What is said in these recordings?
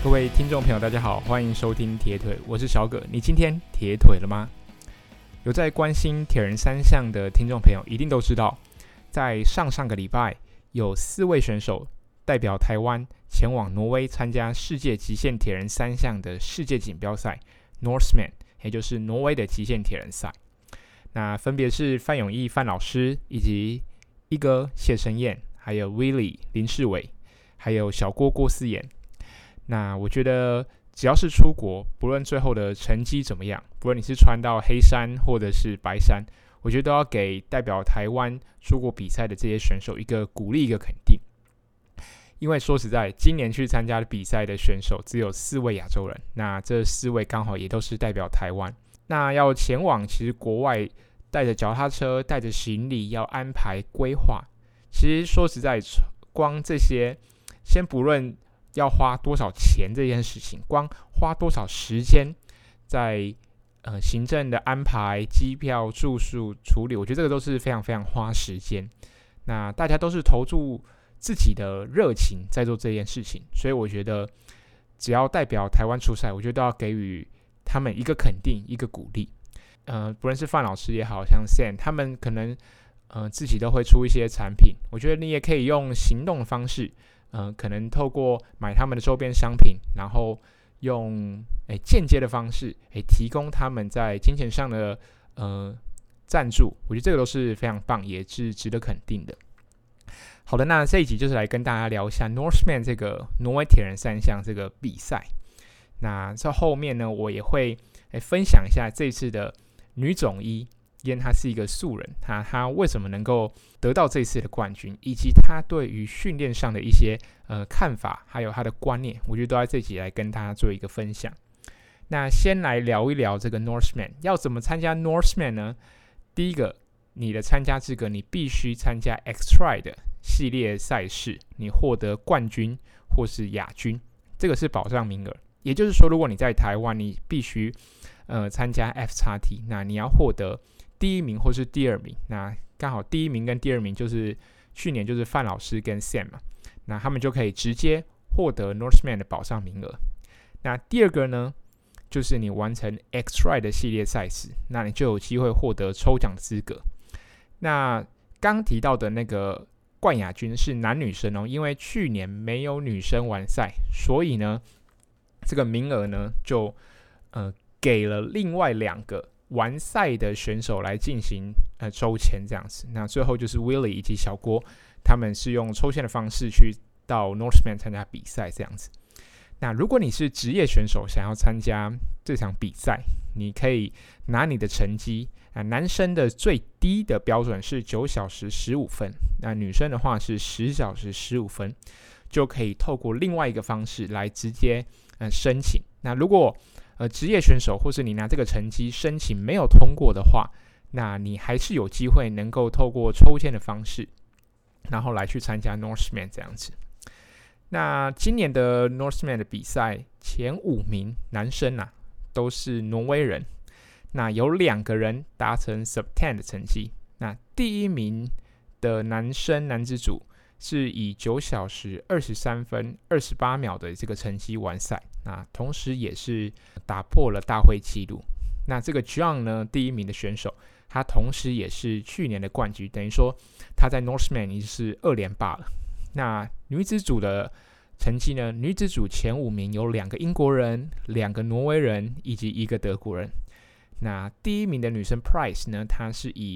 各位听众朋友大家好，欢迎收听铁腿，我是小葛。你今天铁腿了吗？有在关心铁人三项的听众朋友一定都知道，在上个礼拜有4位选手代表台湾前往挪威参加世界极限铁人三项的世界锦标赛 Norseman， 也就是挪威的极限铁人赛。那分别是范永毅范老师，以及一哥谢承彦，还有 Willie 林世伟，还有小郭郭思妍。那我觉得只要是出国，不论最后的成绩怎么样，不论你是穿到黑山或者是白山，我觉得都要给代表台湾出国比赛的这些选手一个鼓励，一个肯定。因为说实在，今年去参加的比赛的选手只有4位亚洲人，那这4位刚好也都是代表台湾。那要前往其实国外，带着脚踏车，带着行李，要安排规划。其实说实在，光这些，先不论要花多少钱这件事情，光花多少时间在行政的安排、机票、住宿、处理，我觉得这个都是非常非常花时间。那大家都是投注自己的热情在做这件事情，所以我觉得只要代表台湾出赛，我觉得都要给予他们一个肯定、一个鼓励。不论是范老师也好，像 Sam 他们可能自己都会出一些产品，我觉得你也可以用行动的方式。可能透过买他们的周边商品，然后用间接的方式提供他们在金钱上的赞助，我觉得这个都是非常棒，也是值得肯定的。好的，那这一集就是来跟大家聊一下 Norseman 这个挪威铁人三项这个比赛。那在后面呢，我也会分享一下这次的女总一，因为她是一个素人，她为什么能够得到这次的冠军，以及她对于训练上的一些看法，还有她的观念，我觉得都在这集来跟大家做一个分享。那先来聊一聊这个 Norseman 要怎么参加 Norseman 呢？第一个，你的参加资格，你必须参加 X-Tri 的系列赛事，你获得冠军或是亚军，这个是保障名额。也就是说，如果你在台湾，你必须参加 FXT， 那你要获得第1名或是第2名，那刚好第1名跟第2名就是去年就是范老师跟 Sam 嘛，那他们就可以直接获得 Norseman 的保障名额。那第2个呢，就是你完成 X-Tri 的系列赛事，那你就有机会获得抽奖资格。那刚提到的那个冠亚军是男女生哦，因为去年没有女生完赛，所以呢，这个名额呢就给了另外2个完赛的选手来进行抽签这样子。那最后就是 Willie 以及小郭，他们是用抽签的方式去到 Norseman 参加比赛这样子。那如果你是职业选手想要参加这场比赛，你可以拿你的成绩男生的最低的标准是9小时15分，那女生的话是10小时15分，就可以透过另外一个方式来直接申请。那如果职业选手或是你拿这个成绩申请没有通过的话，那你还是有机会能够透过抽签的方式，然后来去参加 Norseman 这样子。那今年的 Norseman 的比赛前5名男生都是挪威人，那有2个人达成 Sub-10 的成绩。那第1名的男子组是以9小时23分28秒的这个成绩完赛，那同时也是打破了大会纪录。那这个 John 呢，第1名的选手，他同时也是去年的冠军，等于说他在 Norseman 已经是2连霸了。那女子组的成绩呢，女子组前5名有2个英国人、2个挪威人以及1个德国人。那第1名的女生 Price 呢，她是以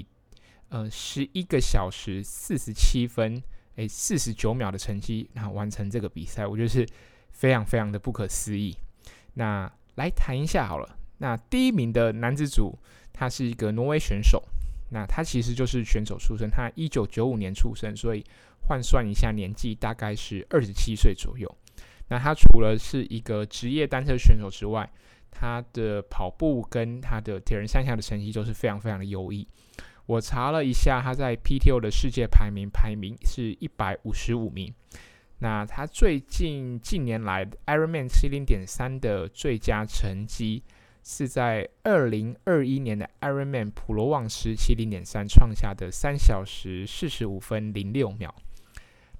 11个小时47分49秒的成绩，然后完成这个比赛，我觉得是非常非常的不可思议。那来谈一下好了。那第1名的男子组，他是一个挪威选手，那他其实就是选手出身，他1995年出生，所以换算一下年纪大概是27岁左右。那他除了是一个职业单车选手之外，他的跑步跟他的铁人三项的成绩都是非常非常的优异。我查了一下，他在 PTO 的世界排名是155名。那他近年来 Ironman 70.3 的最佳成绩是在2021年的 Ironman 普罗旺斯 70.3 创下的3小时45分06秒。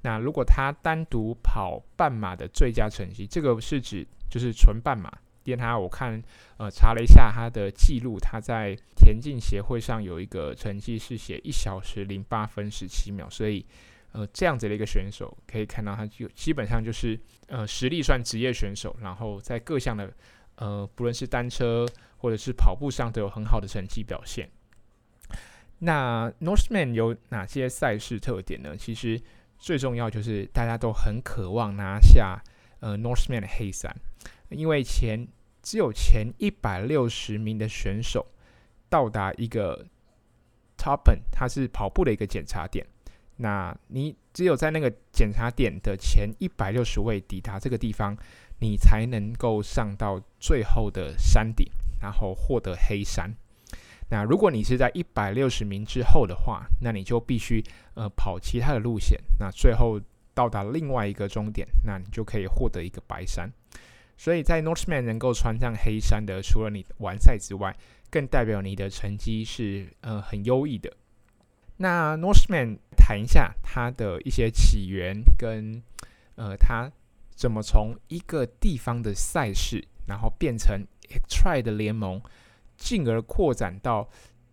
那如果他单独跑半马的最佳成绩，这个是指就是纯半马，因为我看查了一下他的记录，他在田径协会上有一个成绩是写1小时08分17秒，所以这样子的一个选手可以看到，他就基本上就是实力算职业选手，然后在各项的不论是单车或者是跑步上都有很好的成绩表现。那 Norseman 有哪些赛事特点呢？其实最重要就是大家都很渴望拿下Norseman 的黑衫，因为只有前160名的选手到达一个 Toppen， 它是跑步的一个检查点。那你只有在那个检查点的前160位抵达这个地方，你才能够上到最后的山顶，然后获得黑衫。那如果你是在160名之后的话，那你就必须跑其他的路线，那最后到达另外一个终点，那你就可以获得一个白衫。所以在 Norseman 能够穿上黑衫的，除了你完赛之外，更代表你的成绩是很优异的。那 Norseman 谈一下它的一些起源，跟它怎么从一个地方的赛事，然后变成 X-Tri 的联盟，进而扩展到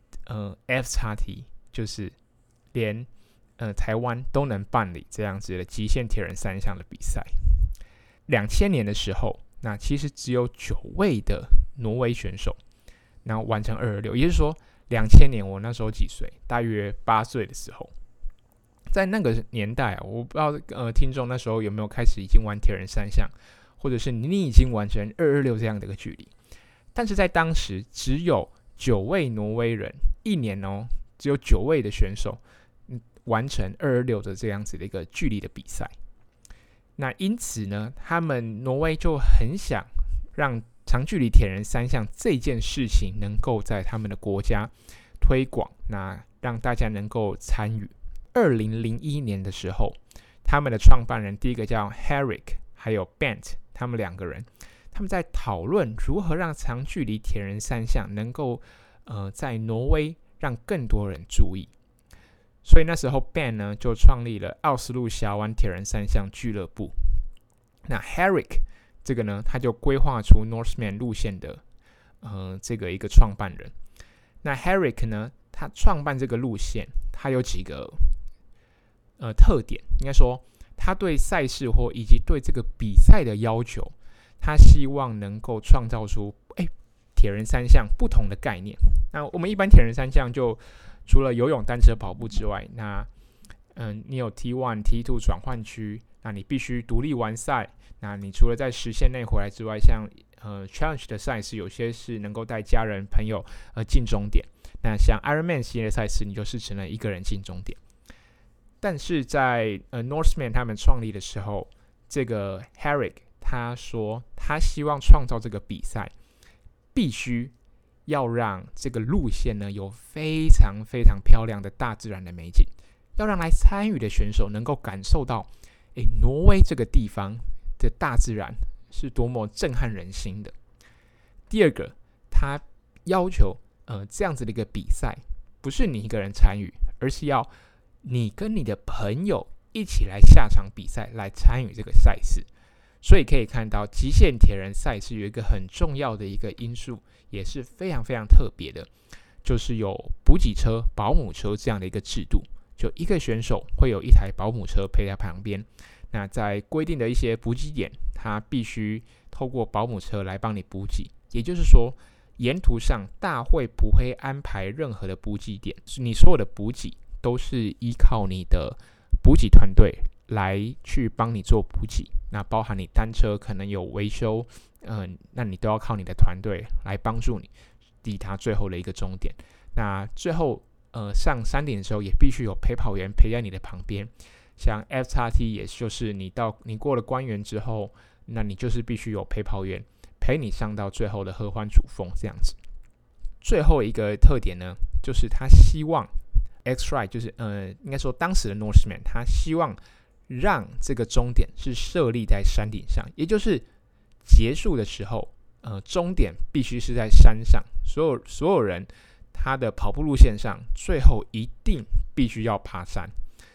FXT， 就是连台湾都能办理这样子的极限铁人三项的比赛。2000年的时候，那其实只有9位的挪威选手，然后完成226，也就是说2000年我那时候几岁？大约8岁的时候。在那个年代我不知道听众那时候有没有开始已经玩铁人三项，或者是你已经完成226这样的一个距离。但是在当时只有9位挪威人，一年只有9位的选手完成226的这样子的一个距离的比赛。那因此呢，他们挪威就很想让长距离铁人三项这件事情能够在他们的国家推广，那让大家能够参与。2001年的时候，他们的创办人第一个叫 Henrik 还有 Bent， 他们2个人，他们在讨论如何让长距离铁人三项能够在挪威让更多人注意。所以那时候 Ben 呢就创立了奥斯陆峡湾铁人三项俱乐部。那 Henrik 这个呢，他就规划出 Norseman 路线的这个一个创办人。那 Henrik 呢，他创办这个路线，他有几个特点，应该说他对赛事或以及对这个比赛的要求，他希望能够创造出铁人三项不同的概念。那我们一般铁人三项就除了游泳、单车、跑步之外，那你有 T1、T2 转换区，那你必须独立完赛。那你除了在时限内回来之外，像Challenge 的赛事，有些是能够带家人朋友进终点。那像 Ironman 系列赛事，你就是只能一个人进终点。但是在Norseman 他们创立的时候，这个 Henrik 他说他希望创造这个比赛，必须要让这个路线呢有非常非常漂亮的大自然的美景，要让来参与的选手能够感受到，挪威这个地方的大自然是多么震撼人心的。第二个，他要求这样子的一个比赛，不是你一个人参与，而是要你跟你的朋友一起来下场比赛，来参与这个赛事。所以可以看到，极限铁人赛事有一个很重要的一个因素，也是非常非常特别的，就是有补给车、保姆车这样的一个制度。就一个选手会有一台保姆车陪在旁边，那在规定的一些补给点，他必须透过保姆车来帮你补给。也就是说，沿途上大会不会安排任何的补给点，你所有的补给都是依靠你的补给团队来去帮你做补给。那包含你单车可能有维修，那你都要靠你的团队来帮助你抵达最后的一个终点。那最后上山顶的时候，也必须有陪跑员陪在你的旁边。像 FXT 也就是你过了关员之后，那你就是必须有陪跑员陪你上到最后的合欢主峰这样子。最后一个特点呢，就是他希望 X-Ride 就是应该说当时的 Norseman 他希望让这个终点是设立在山顶上，也就是结束的时候终点必须是在山上，所有人他的跑步路线上最后一定必须要爬山。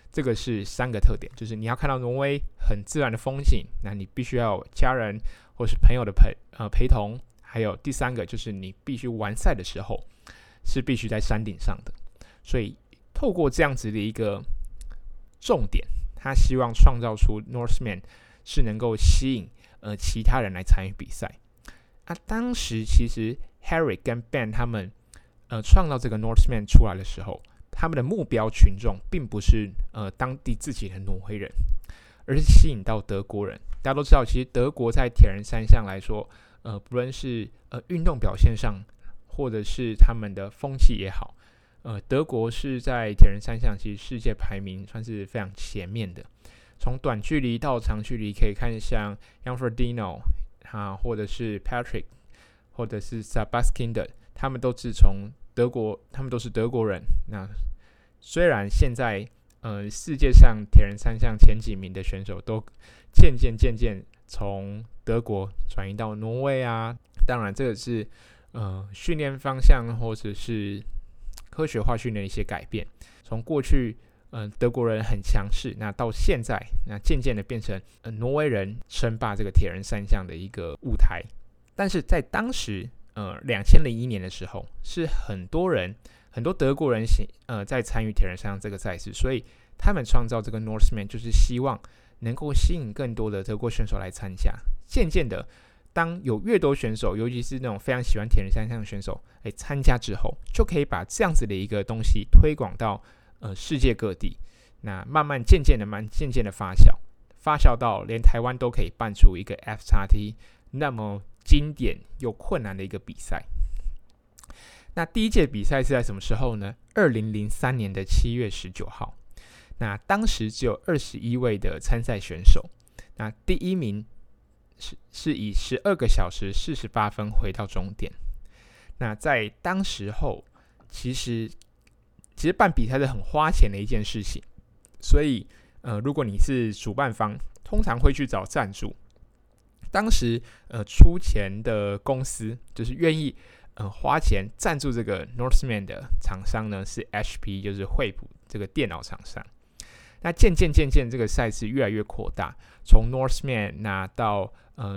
这个是3个特点，就是你要看到挪威很自然的风景，那你必须要有家人或是朋友的陪同，还有第3个就是你必须完赛的时候是必须在山顶上的。所以透过这样子的一个重点，他希望创造出 Norseman 是能够吸引其他人来参与比赛。当时其实 Harry 跟 Ben 他们创造这个 Norseman 出来的时候，他们的目标群众并不是当地自己的挪威人，而是吸引到德国人。大家都知道，其实德国在铁人三项来说，不论是运动表现上，或者是他们的风气也好，德国是在铁人三项其实世界排名算是非常前面的。从短距离到长距离，可以看像 Jan Frodeno 或者是 Patrick， 或者是 Sebastian， 他们都是从德国，他们都是德国人。那虽然现在世界上铁人三项前几名的选手都渐渐从德国转移到挪威啊，当然这个是训练方向或者是科学化训练的一些改变。从过去德国人很强势，那到现在那渐渐的变成挪威人称霸这个铁人三项的一个舞台。但是在当时2001年的时候，是很多德国人在参与铁人三项这个赛事，所以他们创造这个 Norseman 就是希望能够吸引更多的德国选手来参加。渐渐的，当有越多选手，尤其是那种非常喜欢铁人三项的选手参加之后，就可以把这样子的一个东西推广到世界各地。那慢慢渐渐的发酵到连台湾都可以办出一个 FXT 那么经典又困难的一个比赛。那第一届比赛是在什么时候呢？2003年的7月19号。那当时只有21位的参赛选手。那第一名是以12个小时48分回到终点。那在当时候，其实办比赛是很花钱的一件事情，所以如果你是主办方，通常会去找赞助。当时出钱的公司就是愿意花钱赞助这个 Norseman 的厂商呢，是 HP， 就是惠普这个电脑厂商。那渐渐这个赛事越来越扩大，从 Norseman 到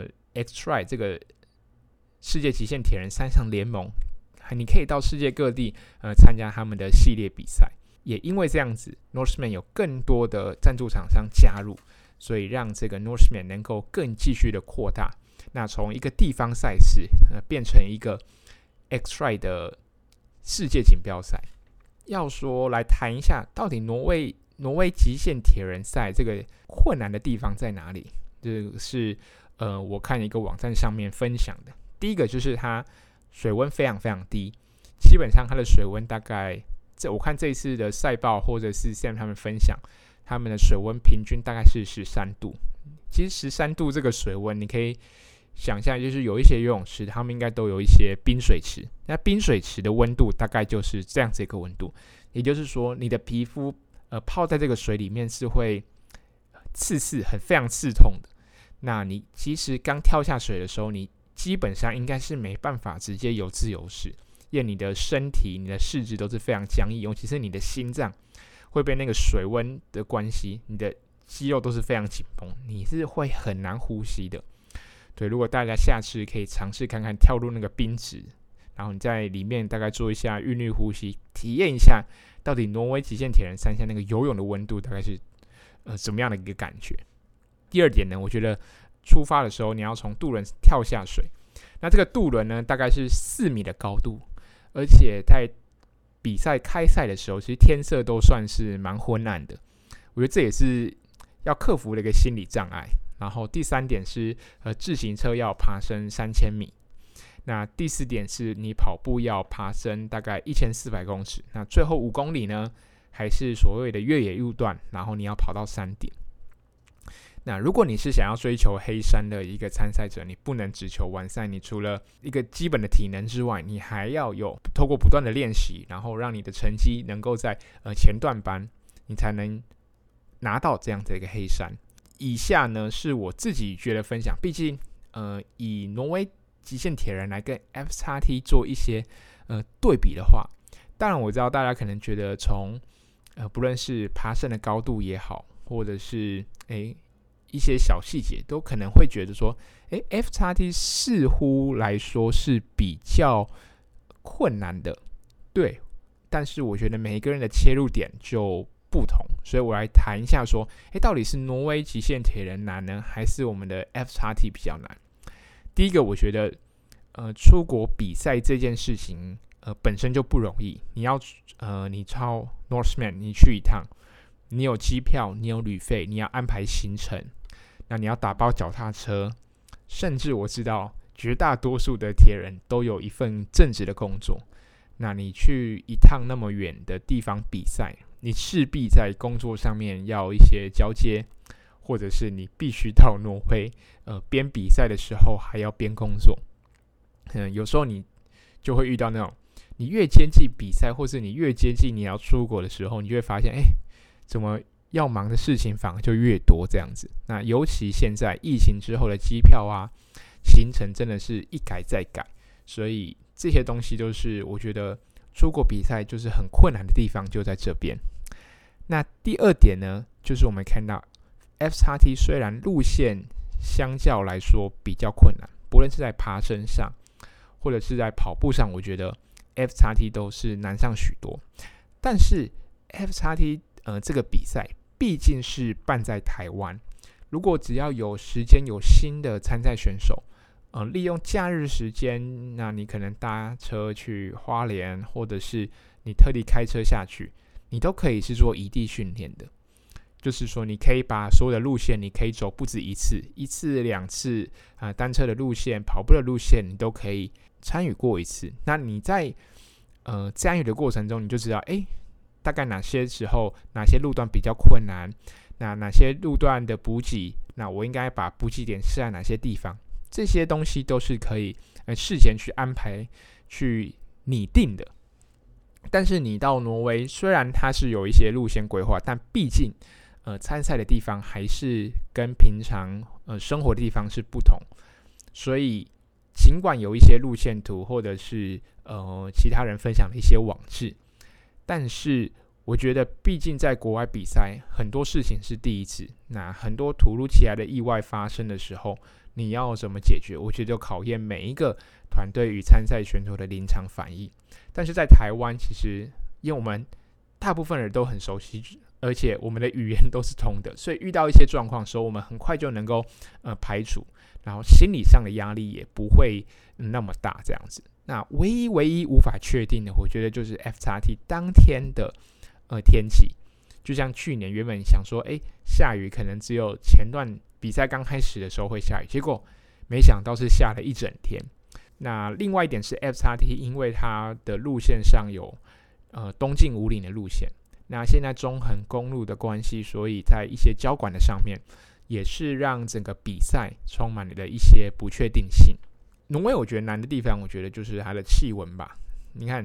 X-Ride 这个世界极限铁人三项联盟，你可以到世界各地参加他们的系列比赛。也因为这样子 Norseman 有更多的赞助厂商加入，所以让这个 Norseman 能够更继续的扩大。那从一个地方赛事变成一个 X-Ride 的世界锦标赛。要说来谈一下，到底挪威极限铁人赛这个困难的地方在哪里？这个是我看一个网站上面分享的。第一个就是它水温非常非常低，基本上它的水温大概，我看这一次的赛报或者是 Sam 他们分享，他们的水温平均大概是13度。其实13度这个水温，你可以想象，就是有一些游泳池，他们应该都有一些冰水池。那冰水池的温度大概就是这样子一个温度，也就是说，你的皮肤泡在这个水里面是会非常刺痛的。那你其实刚跳下水的时候，你基本上应该是没办法直接有自由式，因为你的身体、你的四肢都是非常僵硬，尤其是你的心脏会被那个水温的关系，你的肌肉都是非常紧绷，你是会很难呼吸的。对，如果大家下次可以尝试看看跳入那个冰池，然后你在里面大概做一下韵律呼吸，体验一下到底挪威极限铁人三项那个游泳的温度大概是怎么样的一个感觉。第二点呢，我觉得出发的时候你要从渡轮跳下水，那这个渡轮呢大概是4米的高度，而且在比赛开赛的时候，其实天色都算是蛮昏暗的，我觉得这也是要克服的一个心理障碍。然后第3点是自行车要爬升3000米，那第4点是你跑步要爬升大概1400公尺，那最后5公里呢还是所谓的越野路段，然后你要跑到山顶。那如果你是想要追求黑山的一个参赛者，你不能只求完赛，你除了一个基本的体能之外，你还要有透过不断的练习，然后让你的成绩能够在前段班，你才能拿到这样的一个黑山。以下呢是我自己觉得分享，毕竟以挪威极限铁人来跟 FXT 做一些对比的话，当然我知道大家可能觉得从不论是爬升的高度也好，或者是一些小细节，都可能会觉得说FXT 似乎来说是比较困难的，对，但是我觉得每一个人的切入点就不同，所以我来谈一下说到底是挪威极限铁人难呢，还是我们的 FXT 比较难？第一个，我觉得出国比赛这件事情本身就不容易，你超 Norseman 你去一趟，你有机票，你有旅费，你要安排行程，那你要打包脚踏车，甚至我知道绝大多数的铁人都有一份正职的工作，那你去一趟那么远的地方比赛，你势必在工作上面要一些交接，或者是你必须到挪威边比赛的时候还要边工作。有时候你就会遇到那种你越接近比赛，或是你越接近你要出国的时候，你就会发现怎么要忙的事情反而就越多这样子。那尤其现在疫情之后的机票啊行程真的是一改再改，所以这些东西都是我觉得出国比赛就是很困难的地方就在这边。那第二点呢，就是我们看到 FXT 虽然路线相较来说比较困难，不论是在爬升上或者是在跑步上，我觉得 FXT 都是难上许多。但是 FXT这个比赛毕竟是办在台湾，如果只要有时间有新的参赛选手利用假日时间，那你可能搭车去花莲，或者是你特地开车下去，你都可以是做异地训练的。就是说你可以把所有的路线你可以走不止一次两次单车的路线跑步的路线你都可以参与过一次。那你在参与的过程中，你就知道大概哪些时候哪些路段比较困难，那哪些路段的补给，那我应该把补给点设在哪些地方，这些东西都是可以事前去安排去拟定的。但是你到挪威，虽然它是有一些路线规划，但毕竟参赛的地方还是跟平常生活的地方是不同，所以尽管有一些路线图或者是其他人分享的一些网志，但是我觉得毕竟在国外比赛很多事情是第一次，那很多突如其来的意外发生的时候，你要怎么解决，我觉得就考验每一个团队与参赛选手的临场反应。但是在台湾，其实因为我们大部分人都很熟悉，而且我们的语言都是通的，所以遇到一些状况的时候，我们很快就能够排除，然后心理上的压力也不会那么大这样子。那唯一无法确定的，我觉得就是 FXT 当天的天气。就像去年原本想说下雨可能只有前段比赛刚开始的时候会下雨，结果没想到是下了一整天。那另外一点是 FXT 因为它的路线上有东进武岭的路线，那现在中横公路的关系，所以在一些交管的上面也是让整个比赛充满了一些不确定性。挪威我觉得难的地方，我觉得就是它的气温吧。你看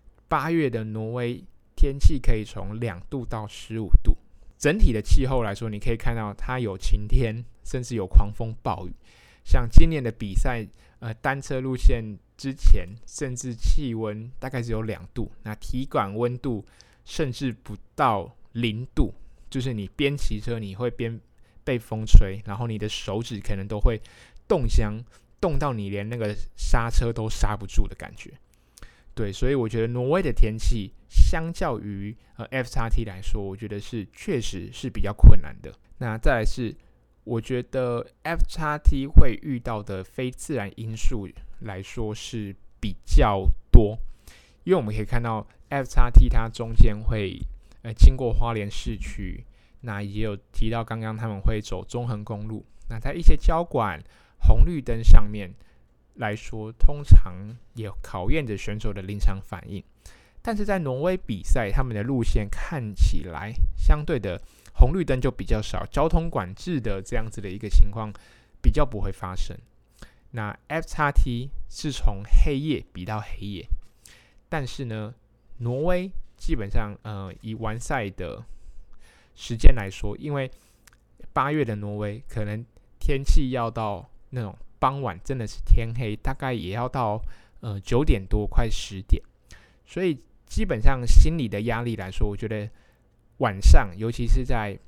8月的挪威天气可以从2度到15度，整体的气候来说，你可以看到它有晴天，甚至有狂风暴雨。像今年的比赛单车路线之前甚至气温大概只有2度，那体感温度甚至不到0度，就是你边骑车你会边被风吹，然后你的手指可能都会冻到你连那个刹车都刹不住的感觉。对，所以我觉得挪威的天气相较于FXT 来说，我觉得是确实是比较困难的。那再来是我觉得 FXT 会遇到的非自然因素来说是比较多，因为我们可以看到 FXT 它中间会经过花莲市区，那也有提到刚刚他们会走中横公路，那在一些交管红绿灯上面来说，通常也考验着选手的临场反应。但是在挪威比赛，他们的路线看起来相对的红绿灯就比较少，交通管制的这样子的一个情况比较不会发生。那 FXT 是从黑夜比到黑夜，但是呢，挪威基本上以完赛的时间来说，因为8月的挪威可能天气要到那种傍晚真的是天黑，大概也要到9点多快10点，所以基本上心理的压力来说，我觉得晚上，尤其是在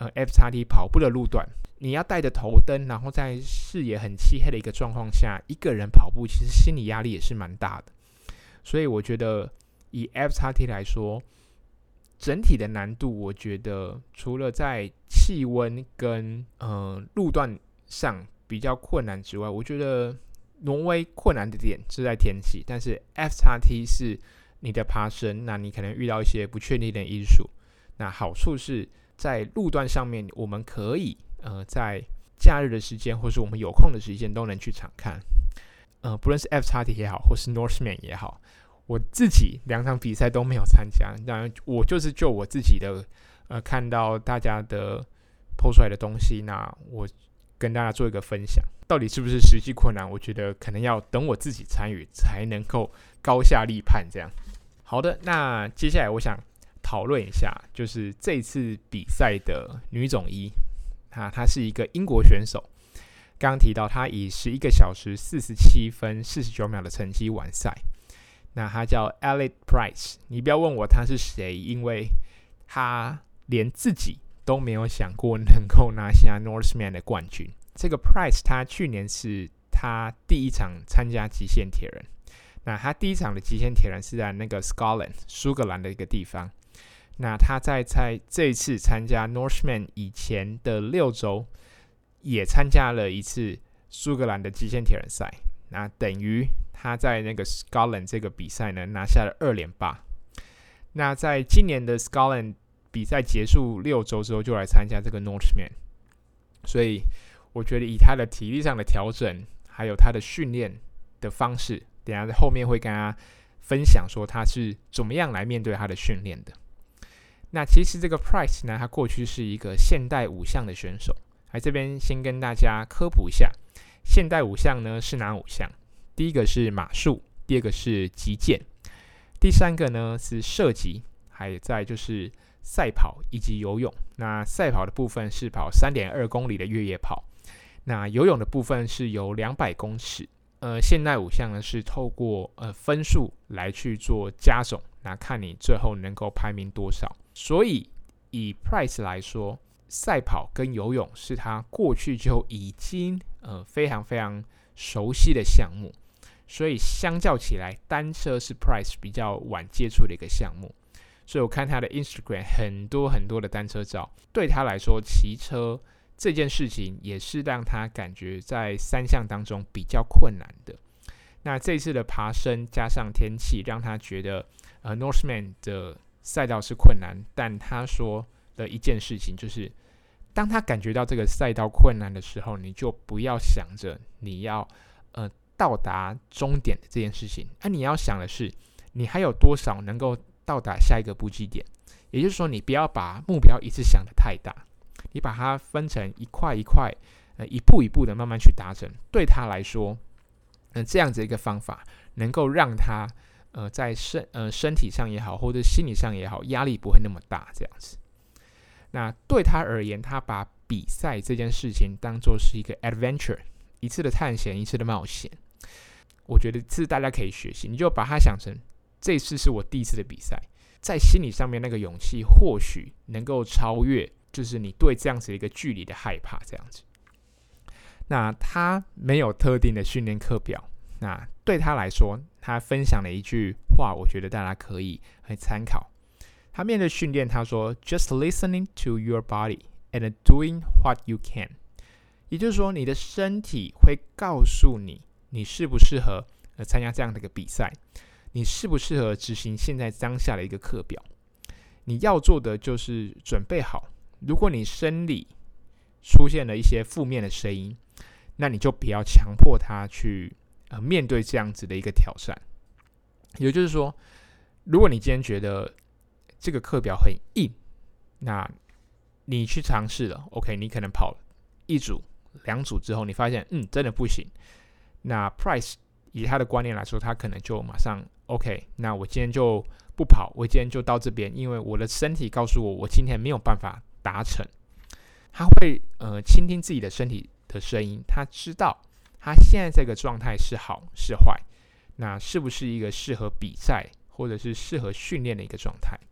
FXT 跑步的路段，你要带着头灯，然后在视野很漆黑的一个状况下，一个人跑步，其实心理压力也是蛮大的。所以我觉得以 FXT 来说，整体的难度，我觉得除了在气温跟路段上比较困难之外，我觉得挪威困难的点是在天气，但是 FXT 是你的爬升，那你可能遇到一些不确定的因素。那好处是在路段上面，我们可以在假日的时间，或是我们有空的时间都能去场看。不论是 FXT 也好，或是 Norseman 也好，我自己2场比赛都没有参加。当然，我就是就我自己的看到大家的 po 出来的东西，那我跟大家做一个分享。到底是不是实际困难？我觉得可能要等我自己参与才能够高下立判。这样，好的，那接下来我想讨论一下，就是这一次比赛的女总一，她是一个英国选手。刚刚提到她以11个小时47分49秒的成绩完赛。那她叫 Elliot Price， 你不要问我她是谁，因为她连自己都没有想过能够拿下 Norseman 的冠军。这个 Price 她去年是她第一场参加极限铁人。那她第一场的极限铁人是在那个 Scotland 苏格兰的一个地方。那他在这一次参加 Norseman 以前的6周，也参加了一次苏格兰的极限铁人赛。那等于他在那个 Scotland 这个比赛呢，拿下了2连霸。那在今年的 Scotland 比赛结束6周之后，就来参加这个 Norseman。所以我觉得以他的体力上的调整，还有他的训练的方式，等一下在后面会跟他分享说他是怎么样来面对他的训练的。那其实这个 Price 呢，他过去是一个现代5项的选手。来这边先跟大家科普一下，现代5项呢是哪5项？第一个是马术，第二个是击剑，第3个呢是射击，还有再就是赛跑以及游泳。那赛跑的部分是跑 3.2 公里的越野跑，那游泳的部分是游200公尺。现代5项呢是透过分数来去做加总，那看你最后能够排名多少。所以以 Price 来说，赛跑跟游泳是他过去就已经非常非常熟悉的项目，所以相较起来，单车是 Price 比较晚接触的一个项目。所以我看他的 Instagram 很多很多的单车照，对他来说，骑车这件事情也是让他感觉在3项当中比较困难的。那这一次的爬升加上天气，让他觉得Norseman 的赛道是困难。但他说的一件事情就是，当他感觉到这个赛道困难的时候，你就不要想着你要到达终点的这件事情，你要想的是你还有多少能够到达下一个补给点。也就是说，你不要把目标一次想得太大，你把它分成一块一块，一步一步的慢慢去达成。对他来说，这样子一个方法能够让他在身体上也好，或者心理上也好，压力不会那么大。这样子，那对他而言，他把比赛这件事情当作是一个 adventure， 一次的探险，一次的冒险。我觉得这大家可以学习，你就把它想成这次是我第一次的比赛，在心理上面那个勇气或许能够超越就是你对这样子的一个距离的害怕。这样子，那他没有特定的训练课表，那对他来说，他分享了一句话，我觉得大家可以来参考。他面对训练，他说 Just listening to your body and doing what you can， 也就是说，你的身体会告诉你你适不适合参加这样的一个比赛，你适不适合执行现在当下的一个课表。你要做的就是准备好，如果你生理出现了一些负面的声音，那你就不要强迫他去面对这样子的一个挑战。也就是说，如果你今天觉得这个课表很硬，那你去尝试了 ，OK， 你可能跑1组、2组之后，你发现真的不行。那 Price 以他的观念来说，他可能就马上 OK， 那我今天就不跑，我今天就到这边，因为我的身体告诉我，我今天没有办法达成。他会倾听自己的身体的声音，他知道他现在这个状态是好是坏，那是不是一个适合比赛或者是适合训练的一个状态。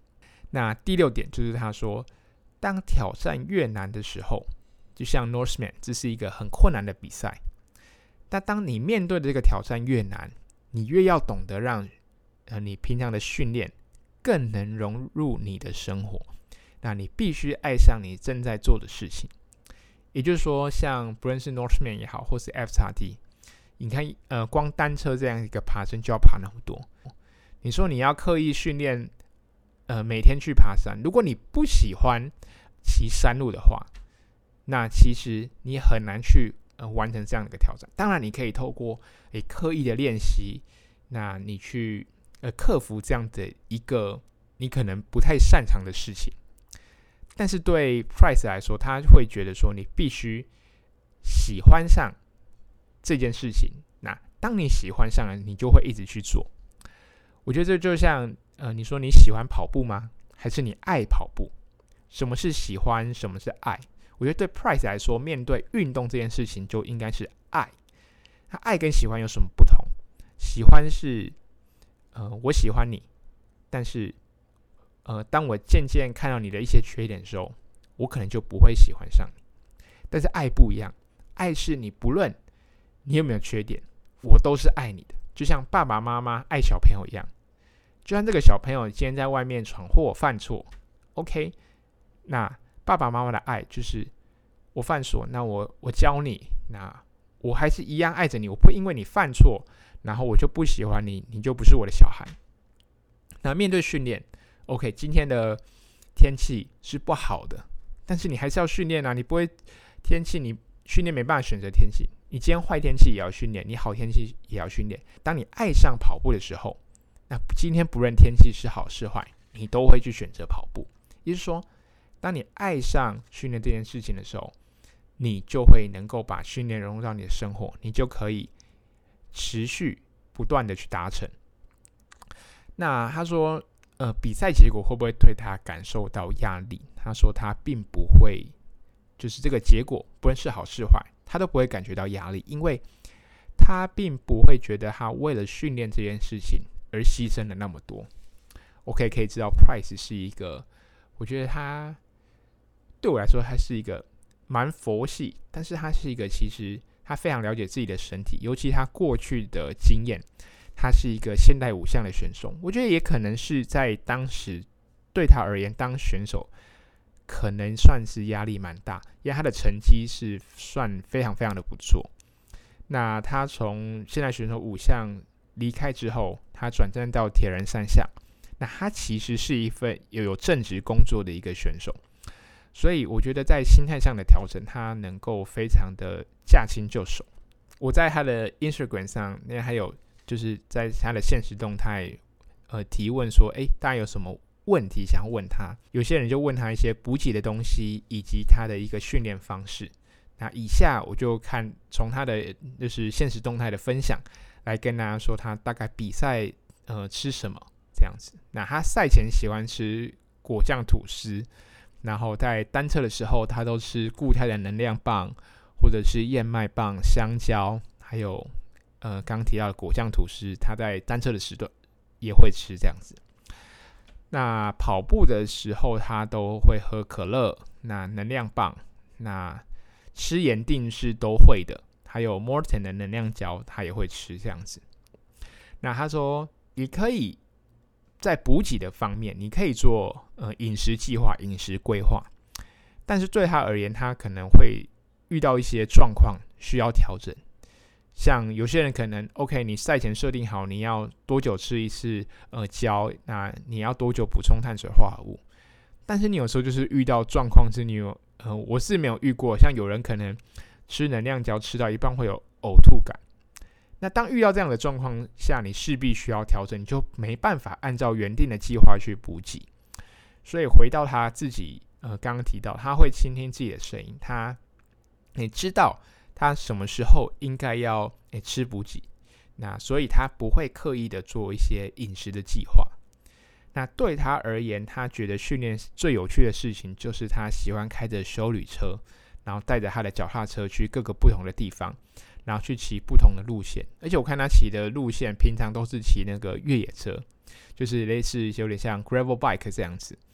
那第6点就是他说，当挑战越难的时候，就像 Norseman 这是一个很困难的比赛，但当你面对的这个挑战越难，你越要懂得让你平常的训练更能融入你的生活，那你必须爱上你正在做的事情。也就是说，像不论是 Norseman 也好，或是 FXT， 你看光单车这样一个爬升就要爬那么多，你说你要刻意训练每天去爬山，如果你不喜欢骑山路的话，那其实你很难去完成这样的一个挑战。当然你可以透过刻意的练习，那你去克服这样的一个你可能不太擅长的事情，但是对 Price 来说，他会觉得说你必须喜欢上这件事情，那当你喜欢上了，你就会一直去做。我觉得这就像你说你喜欢跑步吗？还是你爱跑步？什么是喜欢，什么是爱？我觉得对 Price 来说，面对运动这件事情就应该是爱。那爱跟喜欢有什么不同？喜欢是我喜欢你，但是当我渐渐看到你的一些缺点的时候，我可能就不会喜欢上你。但是爱不一样，爱是你不论你有没有缺点，我都是爱你的，就像爸爸妈妈爱小朋友一样。就像这个小朋友今天在外面闯祸犯错 ，OK， 那爸爸妈妈的爱就是我犯错，那我教你，那我还是一样爱着你，我不会因为你犯错，然后我就不喜欢你，你就不是我的小孩。那面对训练 ，OK， 今天的天气是不好的，但是你还是要训练啊，你不会天气你训练没办法选择天气，你今天坏天气也要训练，你好天气也要训练。当你爱上跑步的时候，那今天不论天气是好是坏，你都会去选择跑步。也就是说，当你爱上训练这件事情的时候，你就会能够把训练融入到你的生活，你就可以持续不断的去达成。那他说，比赛结果会不会对他感受到压力？他说他并不会，就是这个结果不论是好是坏，他都不会感觉到压力，因为他并不会觉得他为了训练这件事情而牺牲了那么多。OK， 可以知道 Price 是一个，我觉得他对我来说，他是一个蛮佛系，但是他是一个其实他非常了解自己的身体，尤其他过去的经验，他是一个现代5项的选手。我觉得也可能是在当时对他而言，当选手可能算是压力蛮大，因为他的成绩是算非常非常的不错。那他从现代选手5项离开之后，他转战到铁人3项，那他其实是一份有正职工作的一个选手，所以我觉得在心态上的调整，他能够非常的驾轻就熟。我在他的 Instagram 上，那还有就是在他的限时动态提问说，大家有什么问题想要问他？有些人就问他一些补给的东西，以及他的一个训练方式。那以下我就看从他的就是限时动态的分享来跟大家说，他大概比赛吃什么这样子。那他赛前喜欢吃果酱吐司，然后在单车的时候，他都吃固态的能量棒，或者是燕麦棒、香蕉，还有刚刚提到的果酱吐司，他在单车的时段也会吃这样子。那跑步的时候，他都会喝可乐，那能量棒，那吃盐定是都会的，还有 Morton 的能量胶，他也会吃这样子。那他说，你可以在补给的方面，你可以做饮食计划、饮食规划，但是对他而言，他可能会遇到一些状况需要调整。像有些人可能 OK， 你赛前设定好你要多久吃一次胶，那你要多久补充碳水化合物，但是你有时候就是遇到状况是你有我是没有遇过，像有人可能吃能量胶吃到一半会有呕吐感。那当遇到这样的状况下，你势必需要调整，你就没办法按照原定的计划去补给。所以回到他自己刚刚提到，他会倾听自己的声音，你知道他什么时候应该要吃补给，那所以他不会刻意的做一些饮食的计划。那对他而言，他觉得训练最有趣的事情就是他喜欢开着休旅车，然后带着他的脚踏车去各个不同的地方，然后去骑不同的路线。而且我看他骑的路线平常都是骑那个越野车，就是类似有点像 gravel bike 这样子。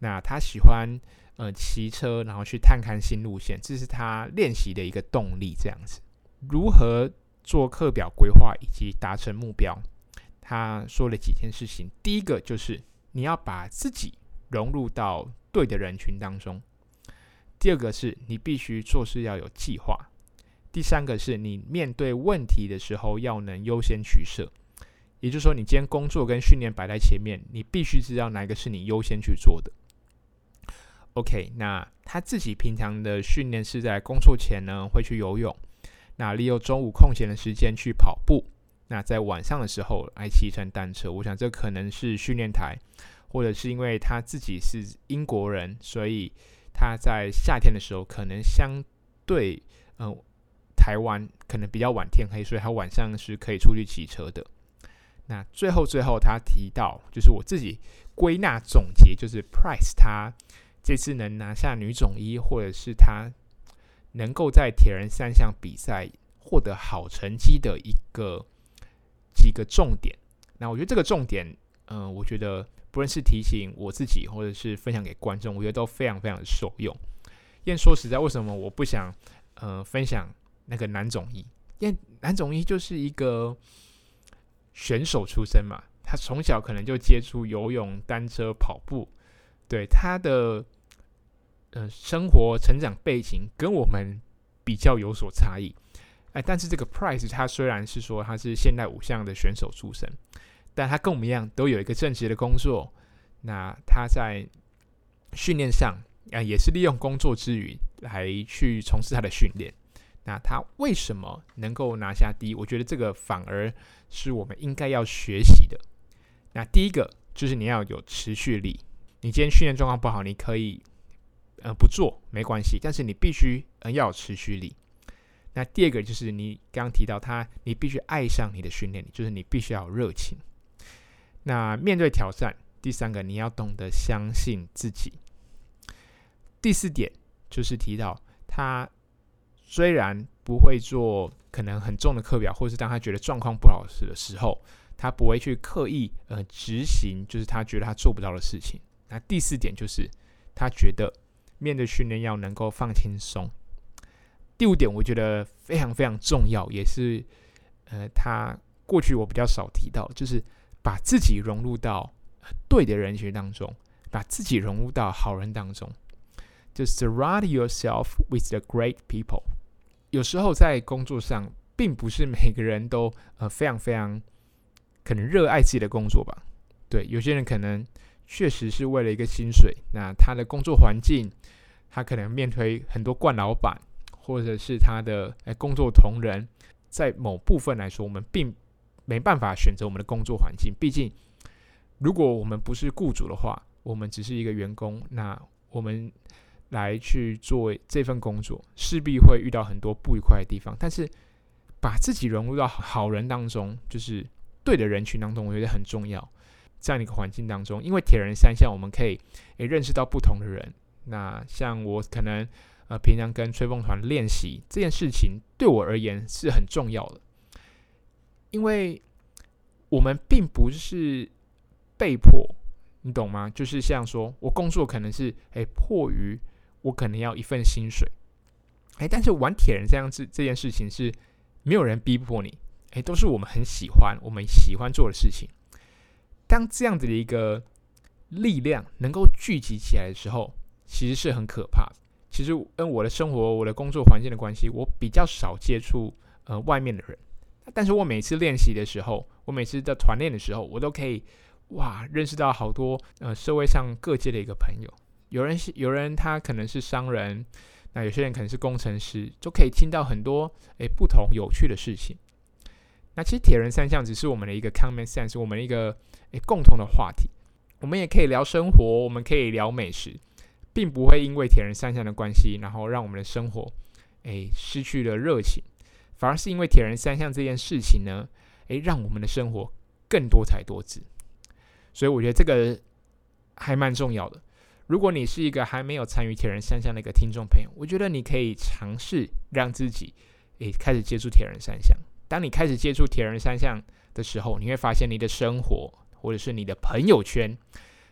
那他喜欢骑车，然后去探看新路线，这是他练习的一个动力。这样子，如何做课表规划以及达成目标？他说了几件事情。第一个就是你要把自己融入到对的人群当中。第二个是你必须做事要有计划。第三个是你面对问题的时候要能优先取舍。也就是说，你今天工作跟训练摆在前面，你必须知道哪一个是你优先去做的。OK， 那他自己平常的训练是在工作前呢会去游泳，那利用中午空闲的时间去跑步，那在晚上的时候来骑乘单车。我想这可能是训练台，或者是因为他自己是英国人，所以他在夏天的时候可能相对台湾可能比较晚天黑，所以他晚上是可以出去骑车的。那最后他提到，就是我自己归纳总结，就是 Price 他这次能拿下女总一，或者是他能够在铁人三项比赛获得好成绩的几个重点。那我觉得这个重点，我觉得不论是提醒我自己，或者是分享给观众，我觉得都非常非常的受用。因为说实在，为什么我不想分享那个男总一？因为男总一就是一个选手出身嘛，他从小可能就接触游泳、单车、跑步，对他的生活成长背景跟我们比较有所差异。但是这个 Price 他虽然是说他是现代五项的选手出身，但他跟我们一样都有一个正职的工作。那他在训练上也是利用工作之余来去从事他的训练。那他为什么能够拿下第一？我觉得这个反而是我们应该要学习的。那第一个就是你要有持续力。你今天训练状况不好，你可以不做没关系，但是你必须要有持续力。那第二个就是你刚刚提到你必须爱上你的训练，就是你必须要有热情。那面对挑战，第三个你要懂得相信自己。第四点就是提到他虽然不会做可能很重的课表，或是当他觉得状况不好的时候，他不会去刻意执行就是他觉得他做不到的事情。那第四点就是他觉得面对训练要能够放轻松。第五点我觉得非常非常重要，也是他过去我比较少提到，就是把自己融入到对的人群当中，把自己融入到好人当中，就 surround yourself with the great people。 有时候在工作上并不是每个人都非常非常可能热爱自己的工作吧。对，有些人可能确实是为了一个薪水，那他的工作环境他可能面对很多惯老板，或者是他的工作同仁，在某部分来说我们并没办法选择我们的工作环境。毕竟如果我们不是雇主的话，我们只是一个员工，那我们来去做这份工作势必会遇到很多不愉快的地方。但是把自己融入到好人当中，就是对的人群当中，我觉得很重要。这样的一个环境当中，因为铁人三项我们可以认识到不同的人。那像我可能平常跟吹风团练习这件事情，对我而言是很重要的，因为我们并不是被迫，你懂吗？就是像说我工作可能是迫于我可能要一份薪水，但是玩铁人这件事情是没有人逼迫你，都是我们很喜欢，我们喜欢做的事情。当这样子的一个力量能够聚集起来的时候，其实是很可怕的。其实跟我的生活、我的工作环境的关系，我比较少接触外面的人，但是我每次练习的时候，我每次在团练的时候，我都可以认识到好多社会上各界的一个朋友。有人他可能是商人，那有些人可能是工程师，就可以听到很多不同有趣的事情。那其实铁人三项只是我们的一个 common sense， 我们的一个共同的话题。我们也可以聊生活，我们可以聊美食，并不会因为铁人三项的关系，然后让我们的生活失去了热情，反而是因为铁人三项这件事情呢，让我们的生活更多彩多姿。所以我觉得这个还蛮重要的。如果你是一个还没有参与铁人三项的一个听众朋友，我觉得你可以尝试让自己开始接触铁人三项。当你开始接触铁人三项的时候，你会发现你的生活或者是你的朋友圈，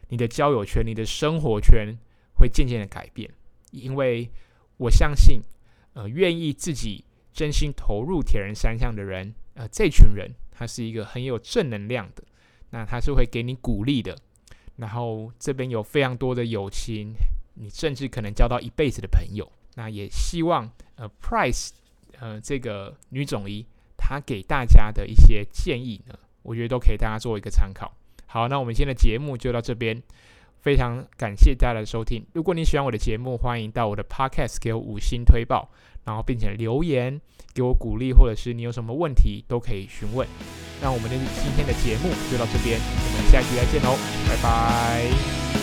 你的交友圈、你的生活圈会渐渐的改变。因为我相信，愿意自己真心投入铁人三项的人，这群人他是一个很有正能量的，那他是会给你鼓励的。然后这边有非常多的友情，你甚至可能交到一辈子的朋友。那也希望Price 这个女总医她给大家的一些建议呢，我觉得都可以大家做一个参考。好，那我们今天的节目就到这边，非常感谢大家的收听。如果你喜欢我的节目，欢迎到我的 Podcast 给我5星推爆，然后并且留言给我鼓励，或者是你有什么问题都可以询问。那我们今天的节目就到这边，我们下期再见喽，拜拜。